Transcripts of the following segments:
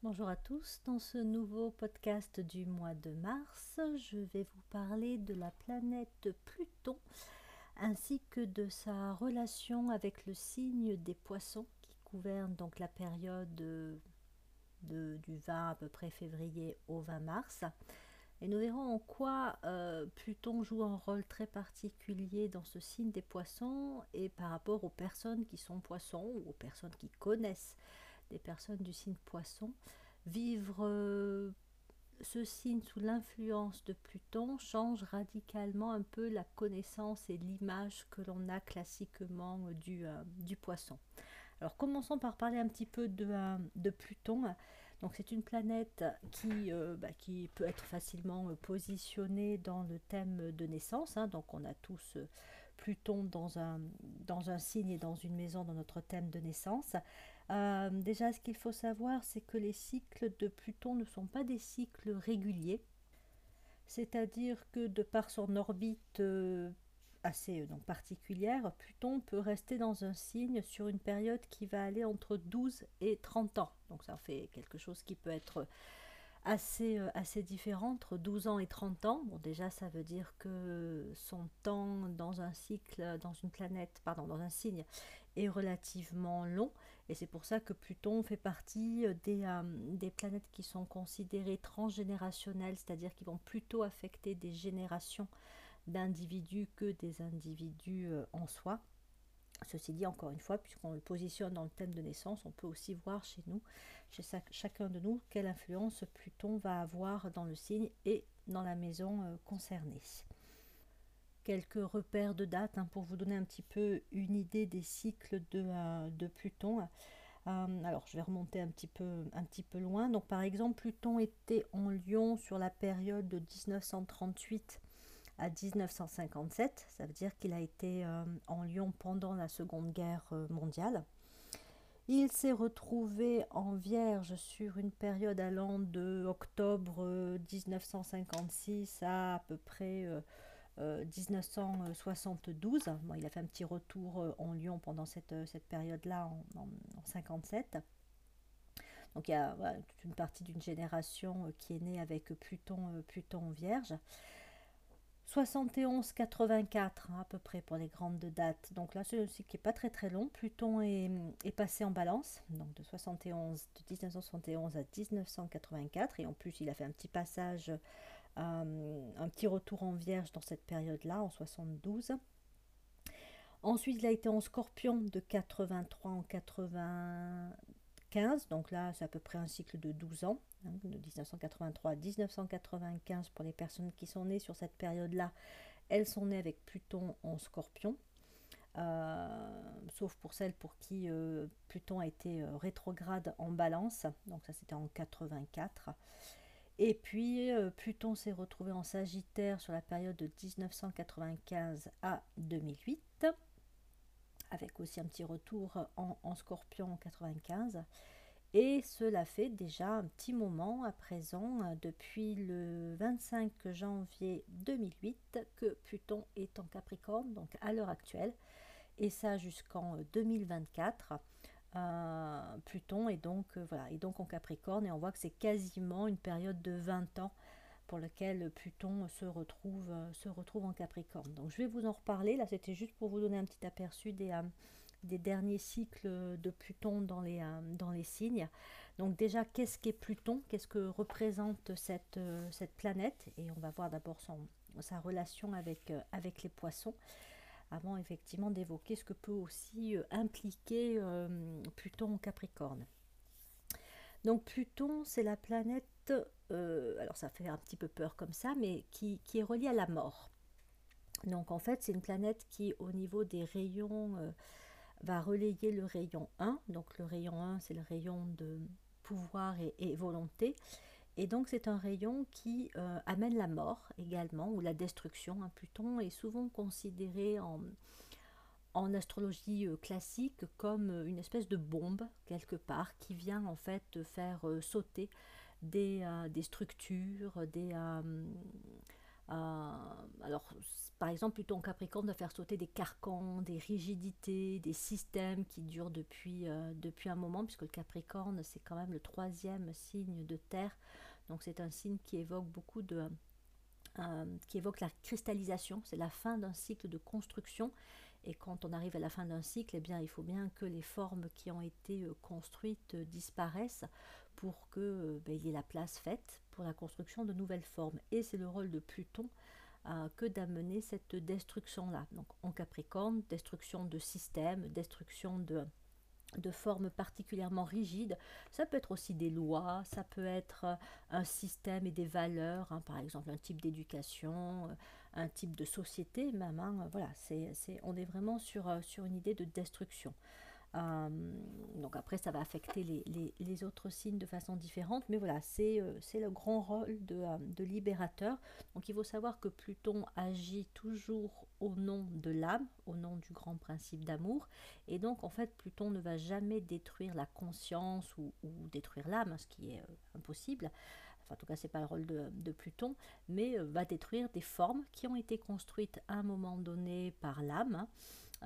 Bonjour à tous, dans ce nouveau podcast du mois de mars, je vais vous parler de la planète Pluton ainsi que de sa relation avec le signe des poissons qui gouverne donc la période du 20 à peu près février au 20 mars. Et nous verrons en quoi Pluton joue un rôle très particulier dans ce signe des poissons et par rapport aux personnes qui sont poissons ou aux personnes qui connaissent des personnes du signe poisson. Vivre ce signe sous l'influence de Pluton change radicalement un peu la connaissance et l'image que l'on a classiquement du poisson. Alors commençons par parler un petit peu de Pluton. Donc c'est une planète qui peut être facilement positionnée dans le thème de naissance. Donc on a tous Pluton dans un signe et dans une maison dans notre thème de naissance. Déjà, ce qu'il faut savoir, c'est que les cycles de Pluton ne sont pas des cycles réguliers, c'est-à-dire que de par son orbite assez donc particulière, Pluton peut rester dans un signe sur une période qui va aller entre 12 et 30 ans. Donc ça fait quelque chose qui peut être assez différent entre 12 ans et 30 ans. Bon, déjà, ça veut dire que son temps dans un cycle, dans une planète, pardon, dans un signe, est relativement long. Et c'est pour ça que Pluton fait partie des planètes qui sont considérées transgénérationnelles, c'est-à-dire qui vont plutôt affecter des générations d'individus que des individus en soi. Ceci dit, encore une fois, puisqu'on le positionne dans le thème de naissance, on peut aussi voir chez nous, chez chacun de nous, quelle influence Pluton va avoir dans le signe et dans la maison concernée. Quelques repères de date pour vous donner un petit peu une idée des cycles de Pluton. Alors, je vais remonter un petit peu loin. Donc, par exemple, Pluton était en Lion sur la période de 1938 à 1957. Ça veut dire qu'il a été en Lion pendant la Seconde Guerre mondiale. Il s'est retrouvé en Vierge sur une période allant de octobre 1956 à peu près 1972. Bon, il a fait un petit retour en Lion pendant cette période-là en 57. Donc il y a voilà, toute une partie d'une génération qui est née avec Pluton en Vierge. 71-84 à peu près pour les grandes dates. Donc là, c'est un cycle qui n'est pas très long. Pluton est passé en balance, donc de 1971 à 1984. Et en plus, il a fait un petit passage, un petit retour en Vierge dans cette période-là, en 72. Ensuite, il a été en Scorpion de 83 en 95. Donc là, c'est à peu près un cycle de 12 ans, de 1983 à 1995 pour les personnes qui sont nées sur cette période-là. Elles sont nées avec Pluton en Scorpion, sauf pour celles pour qui Pluton a été rétrograde en Balance. Donc ça, c'était en 84. Et puis Pluton s'est retrouvé en Sagittaire sur la période de 1995 à 2008, avec aussi un petit retour en Scorpion en 95. Et cela fait déjà un petit moment à présent, depuis le 25 janvier 2008, que Pluton est en Capricorne, donc à l'heure actuelle, et ça jusqu'en 2024. Pluton est donc, voilà, est donc en Capricorne, et on voit que c'est quasiment une période de 20 ans pour laquelle Pluton se retrouve en Capricorne. Donc je vais vous en reparler, là c'était juste pour vous donner un petit aperçu des derniers cycles de Pluton dans les signes. Donc déjà, qu'est-ce qu'est Pluton? Qu'est-ce que représente cette planète? Et on va voir d'abord sa relation avec les poissons, avant effectivement d'évoquer ce que peut aussi impliquer Pluton en Capricorne. Donc Pluton, c'est la planète, alors ça fait un petit peu peur comme ça, mais qui est reliée à la mort. Donc en fait, c'est une planète qui, au niveau des rayons, va relayer le rayon 1. Donc le rayon 1, c'est le rayon de pouvoir et volonté. Et donc c'est un rayon qui amène la mort également, ou la destruction. Pluton est souvent considéré en astrologie classique comme une espèce de bombe quelque part qui vient en fait faire sauter des structures, Alors, par exemple, Pluton Capricorne va faire sauter des carcans, des rigidités, des systèmes qui durent depuis un moment, puisque le Capricorne, c'est quand même le troisième signe de terre. Donc, c'est un signe qui évoque beaucoup qui évoque la cristallisation, c'est la fin d'un cycle de construction. Et quand on arrive à la fin d'un cycle, eh bien, il faut bien que les formes qui ont été construites disparaissent pour que il y ait la place faite pour la construction de nouvelles formes. Et c'est le rôle de Pluton que d'amener cette destruction-là. Donc en Capricorne, destruction de systèmes, destruction de formes particulièrement rigides. Ça peut être aussi des lois, ça peut être un système et des valeurs, hein, par exemple un type d'éducation, un type de société même. Hein, voilà, on est vraiment sur une idée de destruction. Euh, donc après, ça va affecter les autres signes de façon différente, mais voilà, c'est le grand rôle de libérateur. Donc il faut savoir que Pluton agit toujours au nom de l'âme, au nom du grand principe d'amour, et donc en fait Pluton ne va jamais détruire la conscience ou détruire l'âme, ce qui est impossible. Enfin, en tout cas, c'est pas le rôle de Pluton, mais va détruire des formes qui ont été construites à un moment donné par l'âme, hein,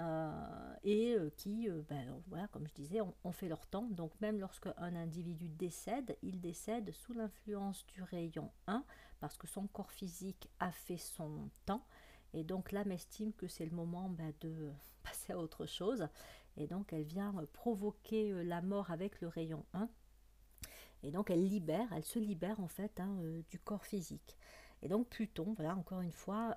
et qui, voilà, comme je disais, ont fait leur temps. Donc même lorsque un individu décède, il décède sous l'influence du rayon 1, parce que son corps physique a fait son temps, et donc l'âme estime que c'est le moment de passer à autre chose, et donc elle vient provoquer la mort avec le rayon 1, et donc elle se libère en fait, hein, du corps physique. Et donc Pluton, voilà, encore une fois,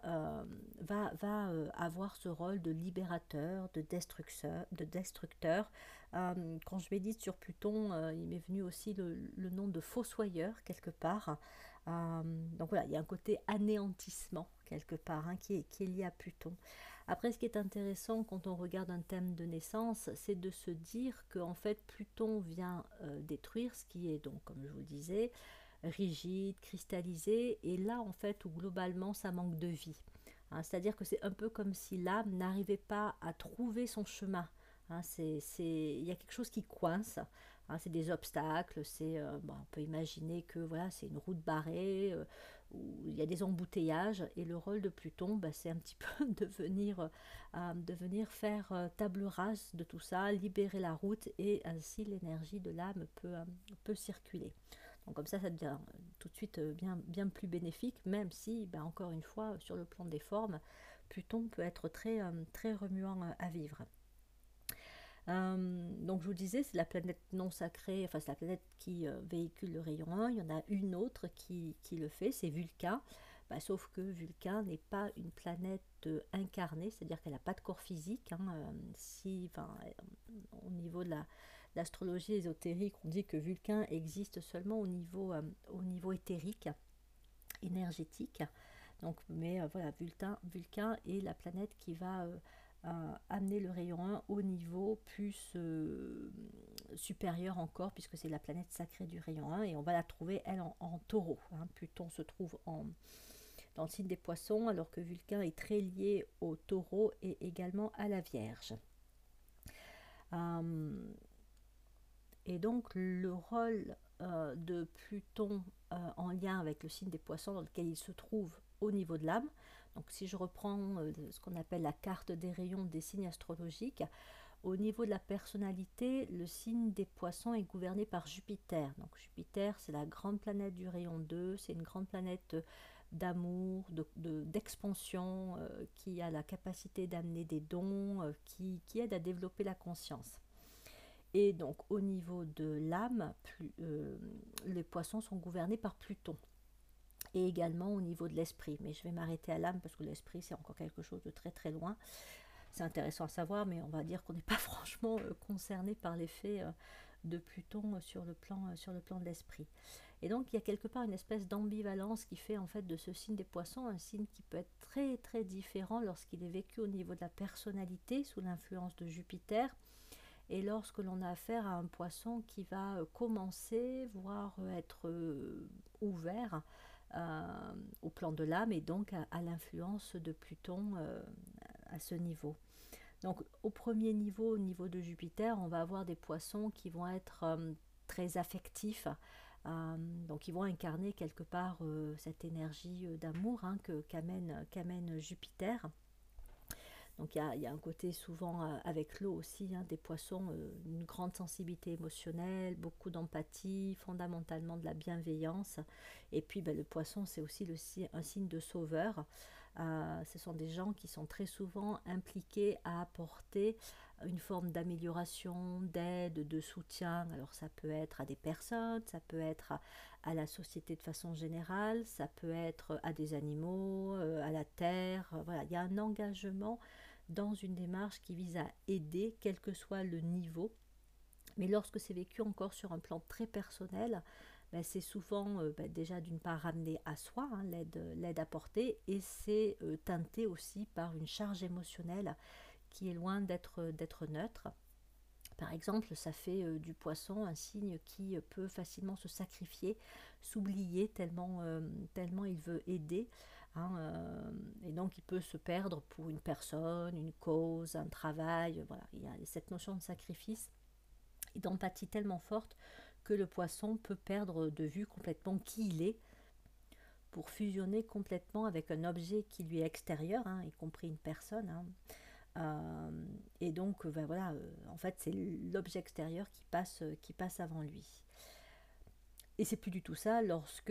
va avoir ce rôle de libérateur, de destructeur. Quand je médite sur Pluton, il m'est venu aussi le nom de fossoyeur quelque part. Donc voilà, il y a un côté anéantissement quelque part, hein, qui est lié à Pluton. Après, ce qui est intéressant quand on regarde un thème de naissance, c'est de se dire que en fait Pluton vient détruire ce qui est donc, comme je vous le disais, rigide, cristallisé, et là en fait où globalement ça manque de vie. Hein, c'est-à-dire que c'est un peu comme si l'âme n'arrivait pas à trouver son chemin. Hein, il y a quelque chose qui coince. Hein, c'est des obstacles. On peut imaginer que voilà, c'est une route barrée, où il y a des embouteillages, et le rôle de Pluton, c'est un petit peu de venir faire table rase de tout ça, libérer la route, et ainsi l'énergie de l'âme peut circuler. Donc comme ça devient tout de suite bien plus bénéfique, même si, encore une fois, sur le plan des formes, Pluton peut être très remuant à vivre. Donc je vous disais, c'est la planète non sacrée, enfin c'est la planète qui véhicule le rayon 1. Il y en a une autre qui le fait, c'est Vulcain. Sauf que Vulcain n'est pas une planète incarnée, c'est-à-dire qu'elle n'a pas de corps physique. Hein, au niveau de l'astrologie ésotérique, on dit que Vulcain existe seulement au niveau éthérique, énergétique. Donc, mais voilà, Vulcain est la planète qui va amener le rayon 1 au niveau plus supérieur encore, puisque c'est la planète sacrée du rayon 1, et on va la trouver, elle, en taureau. Hein. Pluton se trouve dans le signe des poissons, alors que Vulcain est très lié au taureau et également à la Vierge. Et donc le rôle de Pluton en lien avec le signe des poissons dans lequel il se trouve au niveau de l'âme. Donc si je reprends ce qu'on appelle la carte des rayons des signes astrologiques, au niveau de la personnalité, le signe des poissons est gouverné par Jupiter. Donc Jupiter, c'est la grande planète du rayon 2, c'est une grande planète d'amour, d'expansion, qui a la capacité d'amener des dons, qui aide à développer la conscience. Et donc au niveau de l'âme, les poissons sont gouvernés par Pluton. Et également au niveau de l'esprit. Mais je vais m'arrêter à l'âme parce que l'esprit, c'est encore quelque chose de très très loin. C'est intéressant à savoir, mais on va dire qu'on n'est pas franchement concerné par l'effet de Pluton sur le plan de l'esprit. Et donc il y a quelque part une espèce d'ambivalence qui fait en fait de ce signe des poissons un signe qui peut être très très différent lorsqu'il est vécu au niveau de la personnalité sous l'influence de Jupiter, et lorsque l'on a affaire à un poisson qui va commencer, voire être ouvert au plan de l'âme, et donc à l'influence de Pluton à ce niveau. Donc au premier niveau, au niveau de Jupiter, on va avoir des poissons qui vont être très affectifs, Donc ils vont incarner quelque part cette énergie d'amour qu'amène Jupiter. Donc il y a un côté souvent avec l'eau aussi, des poissons, une grande sensibilité émotionnelle, beaucoup d'empathie, fondamentalement de la bienveillance. Et puis le poisson, c'est aussi un signe de sauveur. Ce sont des gens qui sont très souvent impliqués à apporter une forme d'amélioration, d'aide, de soutien. Alors ça peut être à des personnes, ça peut être à la société de façon générale, ça peut être à des animaux, à la terre. Voilà, il y a un engagement dans une démarche qui vise à aider, quel que soit le niveau. Mais lorsque c'est vécu encore sur un plan très personnel, c'est souvent déjà d'une part ramené à soi, l'aide apportée, et c'est teinté aussi par une charge émotionnelle qui est loin d'être neutre. Par exemple, ça fait du poisson un signe qui peut facilement se sacrifier, s'oublier tellement il veut aider. Et donc il peut se perdre pour une personne, une cause, un travail. Voilà, il y a cette notion de sacrifice et d'empathie tellement forte que le poisson peut perdre de vue complètement qui il est pour fusionner complètement avec un objet qui lui est extérieur, y compris une personne. Et donc, voilà, en fait, c'est l'objet extérieur qui passe avant lui. Et c'est plus du tout ça lorsque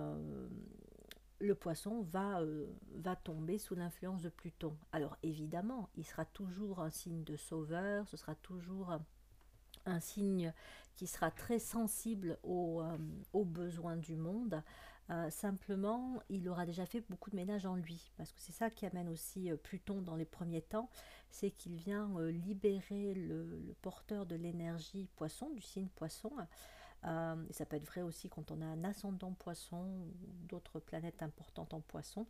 le poisson va tomber sous l'influence de Pluton. Alors évidemment, il sera toujours un signe de sauveur, ce sera toujours un signe qui sera très sensible aux besoins du monde. Simplement, il aura déjà fait beaucoup de ménage en lui, parce que c'est ça qui amène aussi Pluton dans les premiers temps, c'est qu'il vient libérer le porteur de l'énergie poisson, du signe poisson. Et ça peut être vrai aussi quand on a un ascendant poisson ou d'autres planètes importantes en poisson.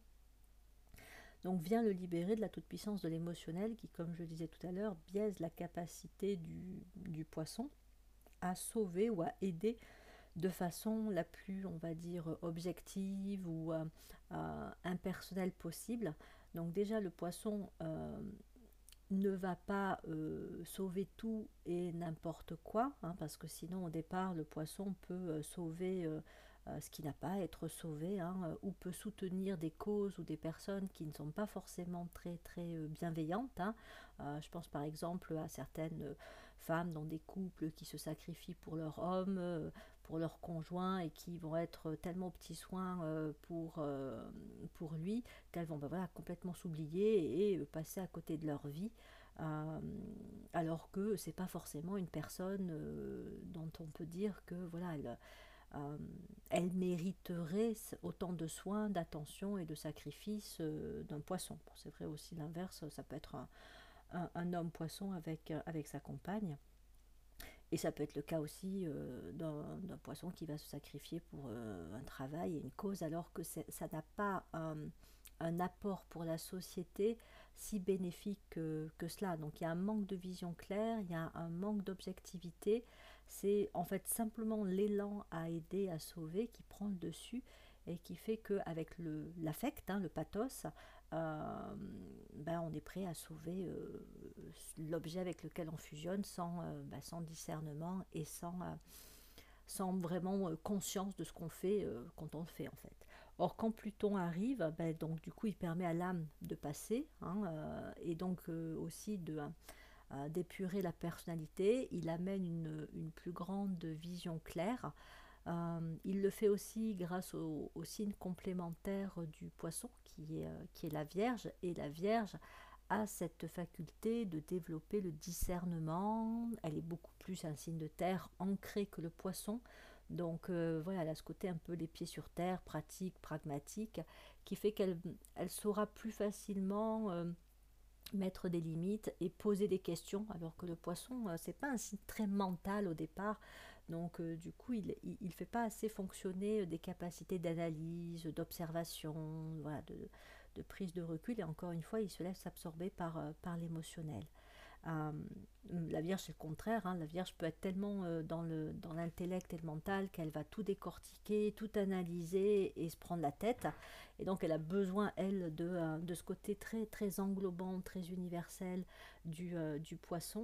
Donc vient le libérer de la toute-puissance de l'émotionnel qui, comme je le disais tout à l'heure, biaise la capacité du poisson à sauver ou à aider de façon la plus, on va dire, objective ou impersonnelle possible. Donc déjà, le poisson ne va pas sauver tout et n'importe quoi, parce que sinon, au départ, le poisson peut sauver ce qui n'a pas à être sauvé, ou peut soutenir des causes ou des personnes qui ne sont pas forcément très très bienveillantes. Je pense par exemple à certaines femmes dans des couples qui se sacrifient pour leur homme, pour leur conjoint et qui vont être tellement aux petits soins pour lui qu'elles vont voilà, complètement s'oublier et passer à côté de leur vie. Alors que c'est pas forcément une personne dont on peut dire que voilà elle mériterait autant de soins, d'attention et de sacrifice d'un poisson. Bon, c'est vrai aussi l'inverse, ça peut être un homme poisson avec sa compagne. Et ça peut être le cas aussi d'un poisson qui va se sacrifier pour un travail et une cause, alors que ça n'a pas un apport pour la société si bénéfique que cela. Donc il y a un manque de vision claire, il y a un manque d'objectivité. C'est en fait simplement l'élan à aider, à sauver qui prend le dessus et qui fait qu'avec l'affect, le pathos, on est prêt à sauver l'objet avec lequel on fusionne sans discernement et sans vraiment conscience de ce qu'on fait quand on le fait en fait. Or quand Pluton arrive, donc du coup il permet à l'âme de passer et donc aussi d'épurer la personnalité, il amène une plus grande vision claire. Il le fait aussi grâce au signe complémentaire du poisson qui est la Vierge, et la Vierge a cette faculté de développer le discernement. Elle est beaucoup plus un signe de terre ancré que le poisson. Donc voilà, elle a ce côté un peu les pieds sur terre, pratique, pragmatique, qui fait qu'elle saura plus facilement mettre des limites et poser des questions, alors que le poisson, c'est pas un signe très mental au départ. Donc du coup, il fait pas assez fonctionner des capacités d'analyse, d'observation, voilà, de prise de recul. Et encore une fois, il se laisse absorber par l'émotionnel. Euh, la Vierge, c'est le contraire. La Vierge peut être tellement dans l'intellect et le mental qu'elle va tout décortiquer, tout analyser et se prendre la tête. Et donc, elle a besoin, elle, de ce côté très, très englobant, très universel du poisson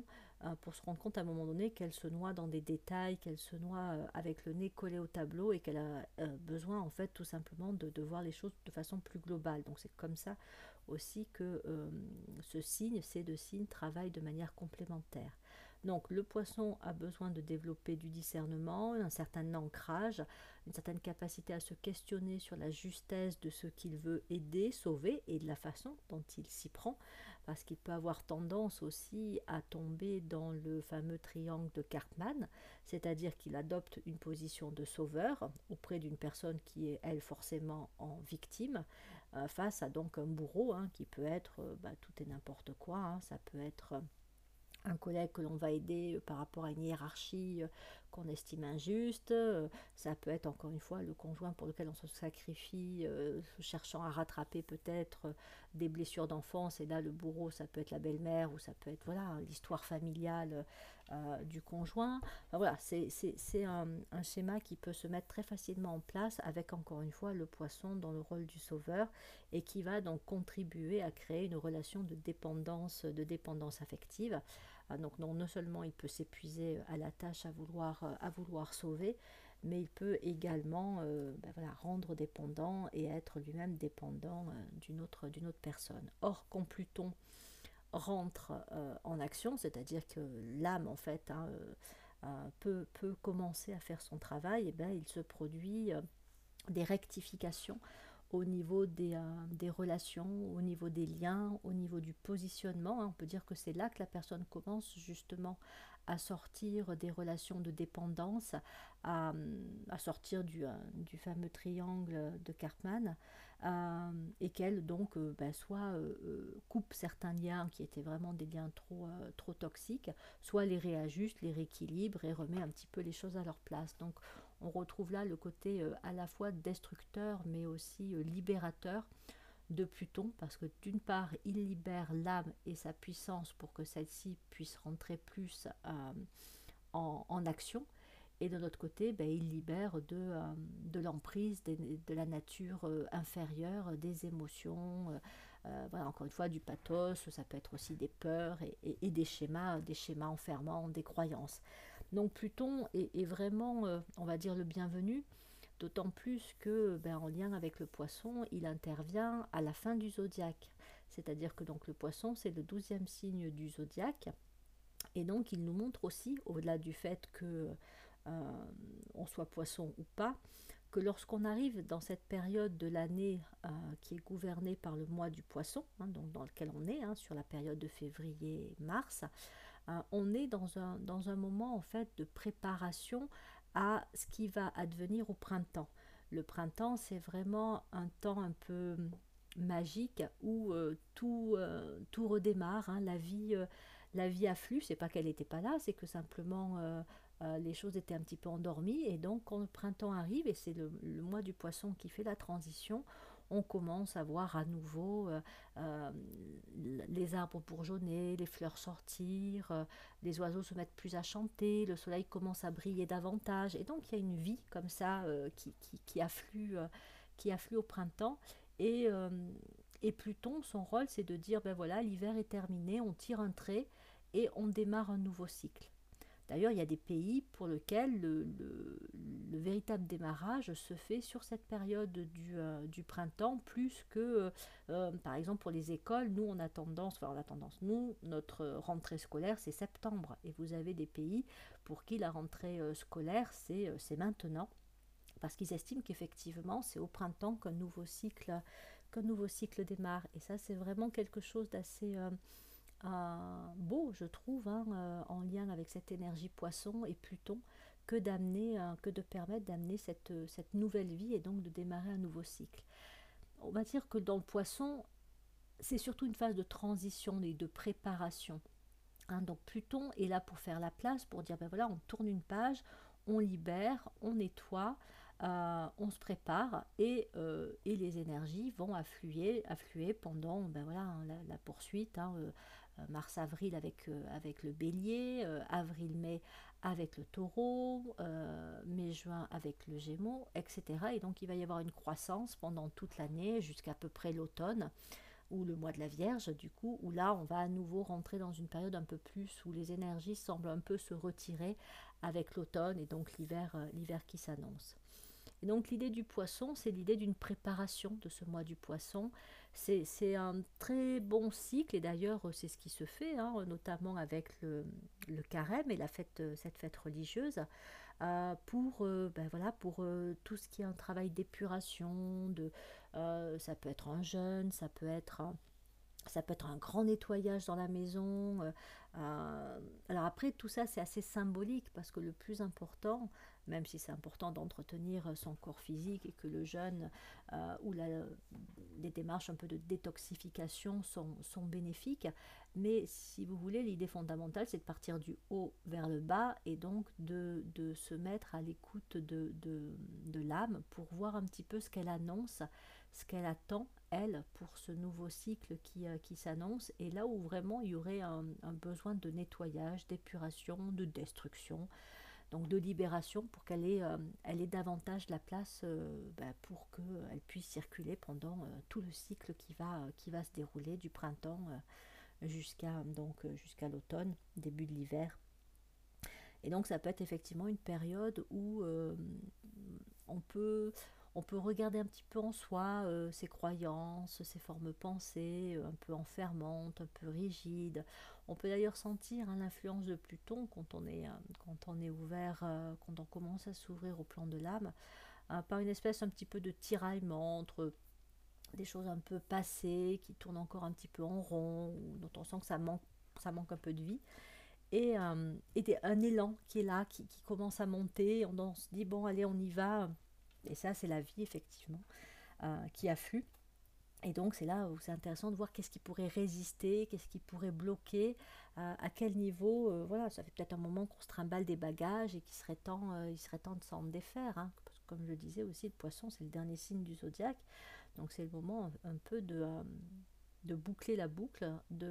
pour se rendre compte à un moment donné qu'elle se noie dans des détails, qu'elle se noie avec le nez collé au tableau et qu'elle a besoin en fait tout simplement de voir les choses de façon plus globale. Donc c'est comme ça aussi que ce signe, ces deux signes travaillent de manière complémentaire. Donc le poisson a besoin de développer du discernement, un certain ancrage, une certaine capacité à se questionner sur la justesse de ce qu'il veut aider, sauver et de la façon dont il s'y prend, parce qu'il peut avoir tendance aussi à tomber dans le fameux triangle de Cartman, c'est-à-dire qu'il adopte une position de sauveur auprès d'une personne qui est elle forcément en victime, face à donc un bourreau qui peut être tout et n'importe quoi, ça peut être un collègue que l'on va aider par rapport à une hiérarchie qu'on estime injuste. Ça peut être encore une fois le conjoint pour lequel on se sacrifie, cherchant à rattraper peut-être des blessures d'enfance. Et là, le bourreau, ça peut être la belle-mère ou ça peut être voilà l'histoire familiale du conjoint. Enfin, voilà, c'est un schéma qui peut se mettre très facilement en place avec encore une fois le poisson dans le rôle du sauveur et qui va donc contribuer à créer une relation de dépendance affective. Donc non seulement il peut s'épuiser à la tâche à vouloir sauver, mais il peut également voilà, rendre dépendant et être lui-même dépendant d'une autre personne. Or, quand Pluton rentre en action, c'est-à-dire que l'âme en fait peut commencer à faire son travail, et bien il se produit des rectifications au niveau des relations, au niveau des liens, au niveau du positionnement. On peut dire que c'est là que la personne commence justement à sortir des relations de dépendance, à, à sortir du fameux triangle de Cartman, et qu'elle donc soit coupe certains liens qui étaient vraiment des liens trop toxiques, soit les réajuste, les rééquilibre et remet un petit peu les choses à leur place. Donc on retrouve là le côté à la fois destructeur mais aussi libérateur de Pluton, parce que d'une part il libère l'âme et sa puissance pour que celle-ci puisse rentrer plus en action, et de l'autre côté il libère de l'emprise de la nature inférieure, des émotions, voilà, encore une fois du pathos, ça peut être aussi des peurs et des schémas enfermants, des croyances. Donc Pluton est vraiment, on va dire, le bienvenu, d'autant plus que, en lien avec le poisson, il intervient à la fin du zodiaque. C'est-à-dire que donc le poisson, c'est le 12e signe du zodiaque. Et donc il nous montre aussi, au-delà du fait que on soit poisson ou pas, que lorsqu'on arrive dans cette période de l'année qui est gouvernée par le mois du poisson, donc dans lequel on est, sur la période de février-mars, on est dans un moment en fait de préparation à ce qui va advenir au printemps. Le printemps, c'est vraiment un temps un peu magique où tout redémarre, la vie afflue. C'est pas qu'elle n'était pas là, c'est que simplement les choses étaient un petit peu endormies, et donc quand le printemps arrive, et c'est le mois du poisson qui fait la transition, on commence à voir à nouveau euh, les arbres bourgeonner, les fleurs sortir, les oiseaux se mettent plus à chanter, le soleil commence à briller davantage, et donc il y a une vie comme ça qui afflue au printemps. Et, euh, et Pluton, son rôle, c'est de dire, voilà, l'hiver est terminé, on tire un trait et on démarre un nouveau cycle. D'ailleurs, il y a des pays pour lesquels le véritable démarrage se fait sur cette période du printemps, plus que, par exemple, pour les écoles, nous, nous, notre rentrée scolaire, c'est septembre. Et vous avez des pays pour qui la rentrée scolaire, c'est maintenant, parce qu'ils estiment qu'effectivement, c'est au printemps qu'un nouveau cycle démarre. Et ça, c'est vraiment quelque chose d'assez beau, je trouve, en lien avec cette énergie poisson et Pluton, que de permettre d'amener cette nouvelle vie et donc de démarrer un nouveau cycle. On va dire que dans le poisson, c'est surtout une phase de transition et de préparation. Donc Pluton est là pour faire la place, pour dire voilà, on tourne une page, on libère, on nettoie, on se prépare, et les énergies vont affluer pendant voilà, la poursuite, mars-avril avec le bélier, avril-mai avec le taureau, mai-juin avec le gémeaux, etc. Et donc il va y avoir une croissance pendant toute l'année jusqu'à peu près l'automne, ou le mois de la Vierge, du coup, où là, on va à nouveau rentrer dans une période un peu plus où les énergies semblent un peu se retirer avec l'automne et donc l'hiver qui s'annonce. Et donc l'idée du poisson, c'est l'idée d'une préparation de ce mois du poisson. C'est un très bon cycle, et d'ailleurs c'est ce qui se fait, hein, notamment avec le carême et cette fête religieuse, pour tout ce qui est un travail d'épuration, ça peut être un jeûne, ça peut être un grand nettoyage dans la maison. Alors après, tout ça, c'est assez symbolique parce que le plus important, même si c'est important d'entretenir son corps physique et que le jeûne ou les démarches un peu de détoxification sont bénéfiques, mais si vous voulez, l'idée fondamentale, c'est de partir du haut vers le bas et donc de se mettre à l'écoute de l'âme pour voir un petit peu ce qu'elle annonce, ce qu'elle attend, elle, pour ce nouveau cycle qui s'annonce, et là où vraiment il y aurait un besoin de nettoyage, d'épuration, de destruction, donc de libération pour elle ait davantage la place pour qu'elle puisse circuler pendant tout le cycle qui va se dérouler du printemps jusqu'à l'automne, début de l'hiver. Et donc ça peut être effectivement une période où on peut, on peut regarder un petit peu en soi ses croyances, ses formes pensées, un peu enfermantes, un peu rigides. On peut d'ailleurs sentir hein, l'influence de Pluton quand on est ouvert, quand on commence à s'ouvrir au plan de l'âme, par une espèce un petit peu de tiraillement entre des choses un peu passées, qui tournent encore un petit peu en rond, ou dont on sent que ça manque un peu de vie un élan qui est là, qui commence à monter, on se dit bon allez on y va, et ça c'est la vie effectivement qui afflue. Et donc c'est là où c'est intéressant de voir qu'est-ce qui pourrait résister, qu'est-ce qui pourrait bloquer, à quel niveau, voilà, ça fait peut-être un moment qu'on se trimballe des bagages et il serait temps de s'en défaire, hein. Parce que comme je le disais aussi, le poisson c'est le dernier signe du zodiaque, donc c'est le moment un peu de boucler la boucle,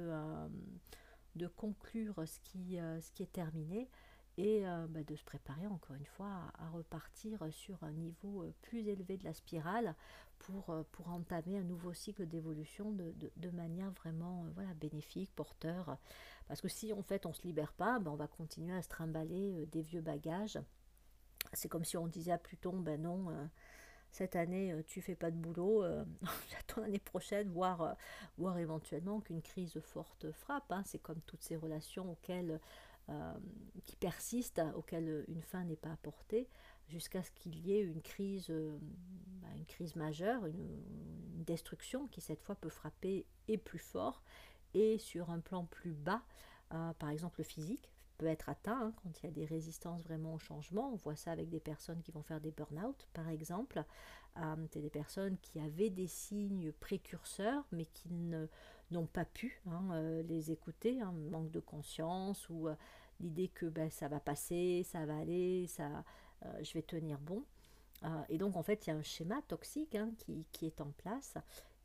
de conclure ce qui est terminé et de se préparer encore une fois à repartir sur un niveau plus élevé de la spirale pour entamer un nouveau cycle d'évolution de manière vraiment voilà, bénéfique, porteur. Parce que si en fait on ne se libère pas, on va continuer à se trimballer des vieux bagages. C'est comme si on disait à Pluton, ben non, cette année tu fais pas de boulot, j'attends l'année prochaine, voire éventuellement qu'une crise forte frappe, hein. C'est comme toutes ces relations euh, qui persistent, auxquelles une fin n'est pas apportée, jusqu'à ce qu'il y ait une crise majeure, une destruction qui cette fois peut frapper et plus fort et sur un plan plus bas, par exemple le physique peut être atteint hein, quand il y a des résistances vraiment au changement. On voit ça avec des personnes qui vont faire des burn-out, par exemple. C'est des personnes qui avaient des signes précurseurs, mais qui n'ont pas pu les écouter. Hein, manque de conscience ou l'idée que ça va passer, ça va aller, je vais tenir bon. Et donc, en fait, il y a un schéma toxique hein, qui est en place.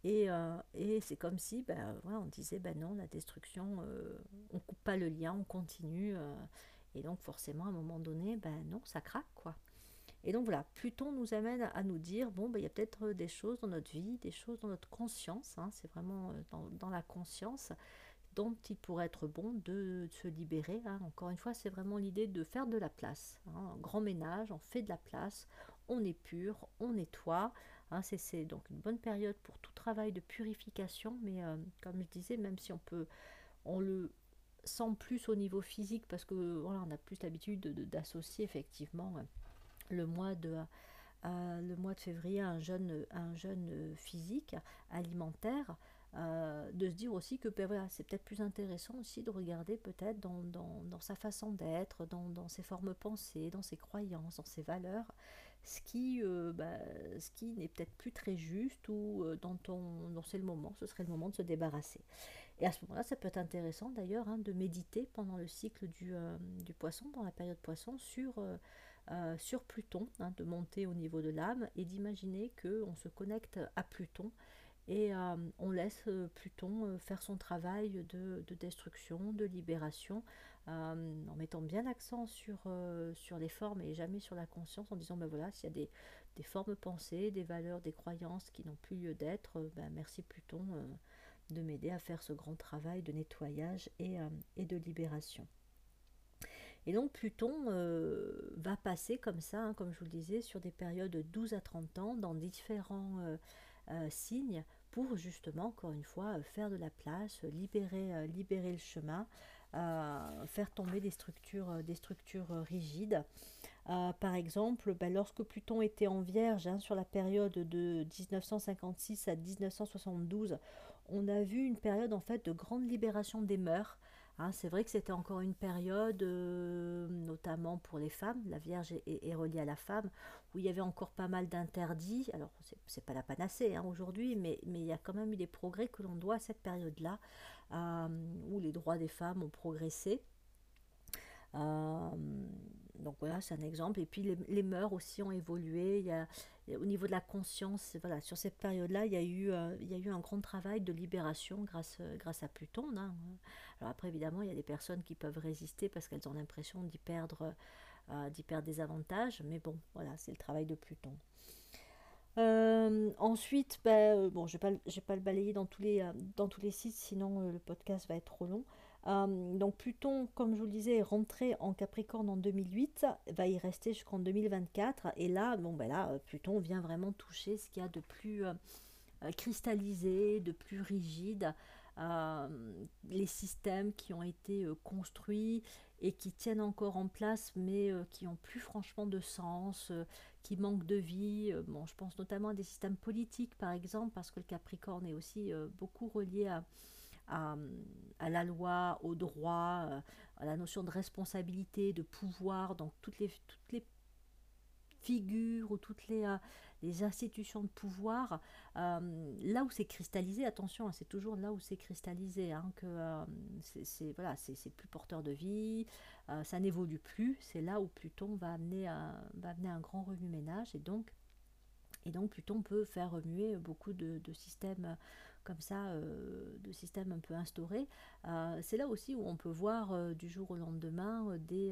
Et c'est comme si voilà, on disait non, la destruction, on coupe pas le lien, on continue. Et donc, forcément, à un moment donné, non, ça craque, quoi. Et donc, voilà, Pluton nous amène à nous dire bon, il y a peut-être des choses dans notre vie, des choses dans notre conscience. Hein, c'est vraiment dans la conscience dont il pourrait être bon de se libérer. Hein. Encore une fois, c'est vraiment l'idée de faire de la place. Hein. Un grand ménage, on fait de la place, on épure, on nettoie. Hein. C'est donc une bonne période pour tout travail de purification, mais comme je disais, même si on le sent plus au niveau physique, parce que voilà, on a plus l'habitude d'associer effectivement le mois de février à un jeûne physique, alimentaire, de se dire aussi que voilà, c'est peut-être plus intéressant aussi de regarder peut-être dans sa façon d'être, dans ses formes pensées, dans ses croyances, dans ses valeurs, ce qui n'est peut-être plus très juste ou dont c'est le moment, ce serait le moment de se débarrasser. Et à ce moment-là, ça peut être intéressant d'ailleurs hein, de méditer pendant le cycle du poisson, dans la période poisson, sur Pluton, hein, de monter au niveau de l'âme et d'imaginer qu'on se connecte à Pluton et on laisse Pluton faire son travail de destruction, de libération, en mettant bien l'accent sur les formes et jamais sur la conscience, en disant voilà, s'il y a des formes pensées, des valeurs, des croyances qui n'ont plus lieu d'être, merci Pluton de m'aider à faire ce grand travail de nettoyage et de libération. Et donc Pluton va passer comme ça, hein, comme je vous le disais, sur des périodes de 12 à 30 ans dans différents signes pour justement, encore une fois, faire de la place, libérer le chemin, faire tomber des structures rigides. Par exemple, ben, lorsque Pluton était en Vierge, hein, sur la période de 1956 à 1972, on a vu une période en fait de grande libération des mœurs. Hein, c'est vrai que c'était encore une période, notamment pour les femmes, la Vierge est reliée à la femme, où il y avait encore pas mal d'interdits. Alors, c'est pas la panacée hein, aujourd'hui, mais il y a quand même eu des progrès que l'on doit à cette période-là, euh, où les droits des femmes ont progressé. Euh, donc voilà, c'est un exemple. Et puis les mœurs aussi ont évolué. Au niveau de la conscience, voilà, sur cette période-là, il y a eu un grand travail de libération grâce à Pluton. Hein. Alors après, évidemment, il y a des personnes qui peuvent résister parce qu'elles ont l'impression d'y perdre des avantages. Mais bon, voilà, c'est le travail de Pluton. Ensuite, bon, je ne vais pas le balayer dans tous les sites, sinon le podcast va être trop long. Donc Pluton, comme je vous le disais, est rentré en Capricorne en 2008, va y rester jusqu'en 2024. Et là, bon, ben là, Pluton vient vraiment toucher ce qu'il y a de plus cristallisé, de plus rigide, euh, les systèmes qui ont été construits et qui tiennent encore en place, mais qui n'ont plus franchement de sens, qui manquent de vie. Bon, je pense notamment à des systèmes politiques, par exemple, parce que le Capricorne est aussi beaucoup relié à, à la loi, au droit, à la notion de responsabilité, de pouvoir, donc toutes les figures ou toutes les institutions de pouvoir, là où c'est cristallisé, attention, hein, c'est toujours là où c'est cristallisé, hein, que voilà, c'est plus porteur de vie, ça n'évolue plus, c'est là où Pluton va amener un grand remue-ménage, et donc Pluton peut faire remuer beaucoup de systèmes comme ça, de systèmes un peu instaurés. C'est là aussi où on peut voir du jour au lendemain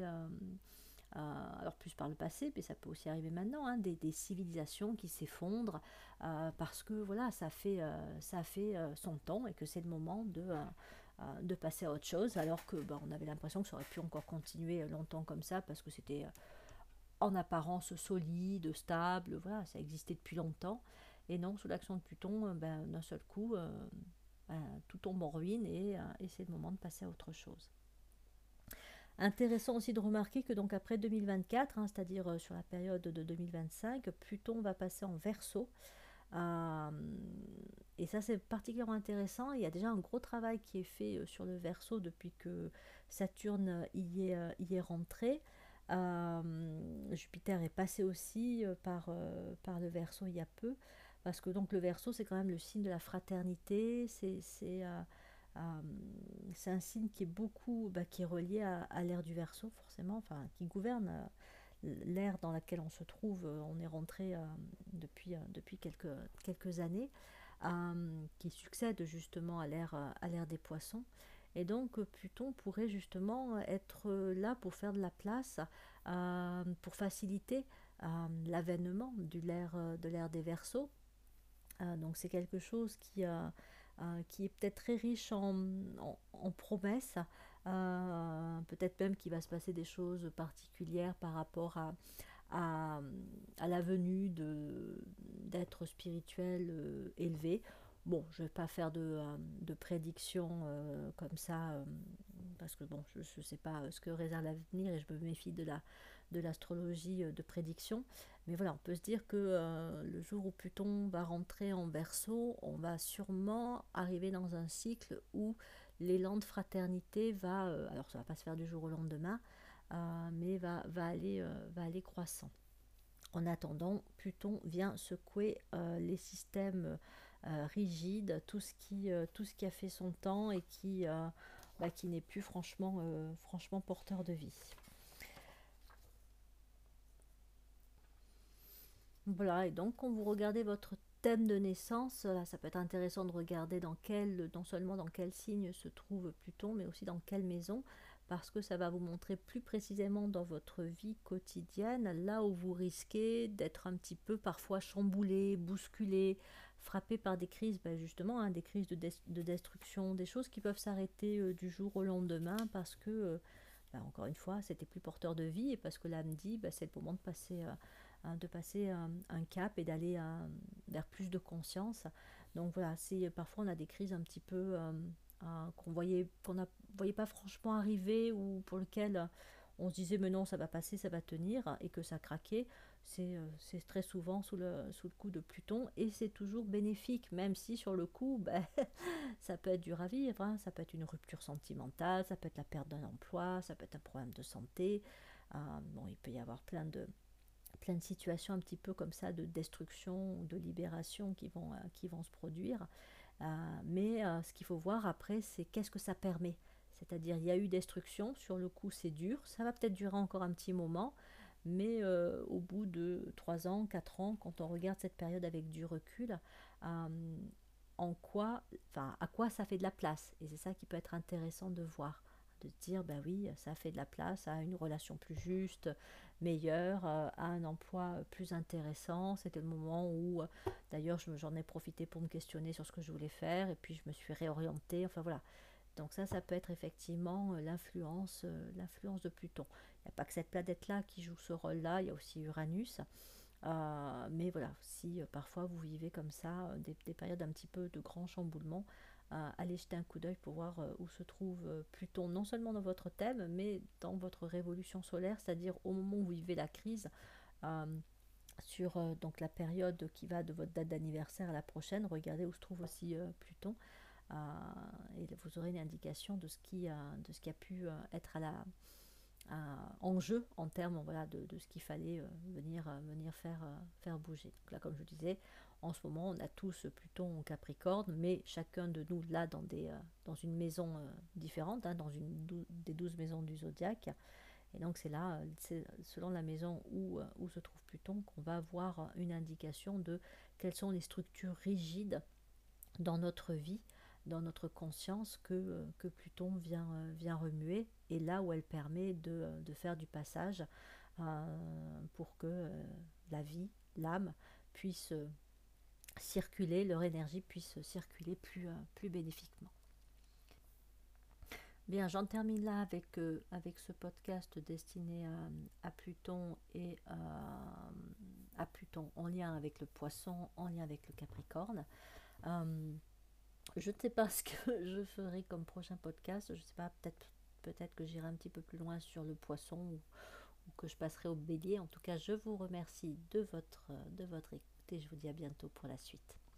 alors plus par le passé, mais ça peut aussi arriver maintenant, hein, des civilisations qui s'effondrent parce que voilà, ça fait son temps et que c'est le moment de passer à autre chose, alors que on avait l'impression que ça aurait pu encore continuer longtemps comme ça parce que c'était en apparence solide, stable, voilà, ça existait depuis longtemps. Et non, sous l'action de Pluton, d'un seul coup, tout tombe en ruine et c'est le moment de passer à autre chose. Intéressant aussi de remarquer que donc après 2024, hein, c'est-à-dire sur la période de 2025, Pluton va passer en Verseau. Euh, et ça c'est particulièrement intéressant. Il y a déjà un gros travail qui est fait sur le Verseau depuis que Saturne y est rentré. Jupiter est passé aussi par le Verseau il y a peu, parce que donc le Verseau c'est quand même le signe de la fraternité, euh, c'est un signe qui est beaucoup, qui est relié à l'ère du Verseau forcément, enfin qui gouverne l'ère dans laquelle on se trouve. On est rentré depuis quelques années, qui succède justement à l'ère des Poissons. Et donc Pluton pourrait justement être là pour faire de la place, pour faciliter l'avènement de l'ère des Verseaux. Donc c'est quelque chose qui est peut-être très riche en promesses, peut-être même qu'il va se passer des choses particulières par rapport à, à la venue d'êtres spirituels élevés. Bon, je ne vais pas faire de prédictions comme ça, parce que bon, je ne sais pas ce que réserve l'avenir et je me méfie de l'astrologie de prédiction. Mais voilà, on peut se dire que le jour où Pluton va rentrer en Verseau, on va sûrement arriver dans un cycle où l'élan de fraternité alors ça ne va pas se faire du jour au lendemain, mais va aller croissant. En attendant, Pluton vient secouer les systèmes rigides, tout ce qui a fait son temps et qui n'est plus franchement porteur de vie. Voilà, et donc quand vous regardez votre thème de naissance, là, ça peut être intéressant de regarder non seulement dans quel signe se trouve Pluton, mais aussi dans quelle maison, parce que ça va vous montrer plus précisément dans votre vie quotidienne, là où vous risquez d'être un petit peu parfois chamboulé, bousculé, frappé par des crises, justement, des crises de destruction, des choses qui peuvent s'arrêter du jour au lendemain parce que, encore une fois, c'était plus porteur de vie et parce que l'âme dit, c'est le moment de passer un cap et d'aller vers plus de conscience. Donc voilà, si parfois on a des crises un petit peu qu'on ne voyait pas franchement arriver ou pour lesquelles on se disait mais non ça va passer, ça va tenir et que ça craquait, c'est très souvent sous le coup de Pluton et c'est toujours bénéfique même si sur le coup ça peut être dur à vivre, hein, ça peut être une rupture sentimentale, ça peut être la perte d'un emploi, ça peut être un problème de santé. Bon, il peut y avoir plein de situations un petit peu comme ça de destruction ou de libération qui vont se produire. Mais ce qu'il faut voir après, c'est qu'est-ce que ça permet. C'est-à-dire, il y a eu destruction, sur le coup c'est dur, ça va peut-être durer encore un petit moment, mais au bout de 3 ans, 4 ans, quand on regarde cette période avec du recul, euh, à quoi ça fait de la place. Et c'est ça qui peut être intéressant de voir, de se dire, ben oui, ça fait de la place à une relation plus juste, meilleure, à un emploi plus intéressant. C'était le moment où, d'ailleurs, j'en ai profité pour me questionner sur ce que je voulais faire, et puis je me suis réorientée, enfin voilà. Donc ça peut être effectivement l'influence de Pluton. Il n'y a pas que cette planète-là qui joue ce rôle-là, il y a aussi Uranus. Mais voilà, si parfois vous vivez comme ça des périodes un petit peu de grand chamboulement, allez jeter un coup d'œil pour voir où se trouve Pluton, non seulement dans votre thème, mais dans votre révolution solaire, c'est-à-dire au moment où vous vivez la crise, euh, sur donc la période qui va de votre date d'anniversaire à la prochaine. Regardez où se trouve aussi Pluton. Euh, et vous aurez une indication de ce qui a pu être en jeu en termes voilà, de ce qu'il fallait venir faire bouger. Donc là, comme je disais, en ce moment, on a tous Pluton en Capricorne, mais chacun de nous là dans une maison différente, hein, dans des 12 maisons du zodiaque. Et donc c'est là, c'est selon la maison où se trouve Pluton, qu'on va avoir une indication de quelles sont les structures rigides dans notre vie, dans notre conscience que Pluton vient remuer, et là où elle permet de faire du passage pour que la vie, l'âme, puisse circuler, leur énergie puisse circuler plus bénéfiquement. Bien, j'en termine là avec ce podcast destiné à Pluton et à Pluton en lien avec le Poisson, en lien avec le Capricorne. Euh, Je ne sais pas ce que je ferai comme prochain podcast. Je ne sais pas, peut-être que j'irai un petit peu plus loin sur le poisson ou que je passerai au bélier. En tout cas, je vous remercie de votre écoute et je vous dis à bientôt pour la suite.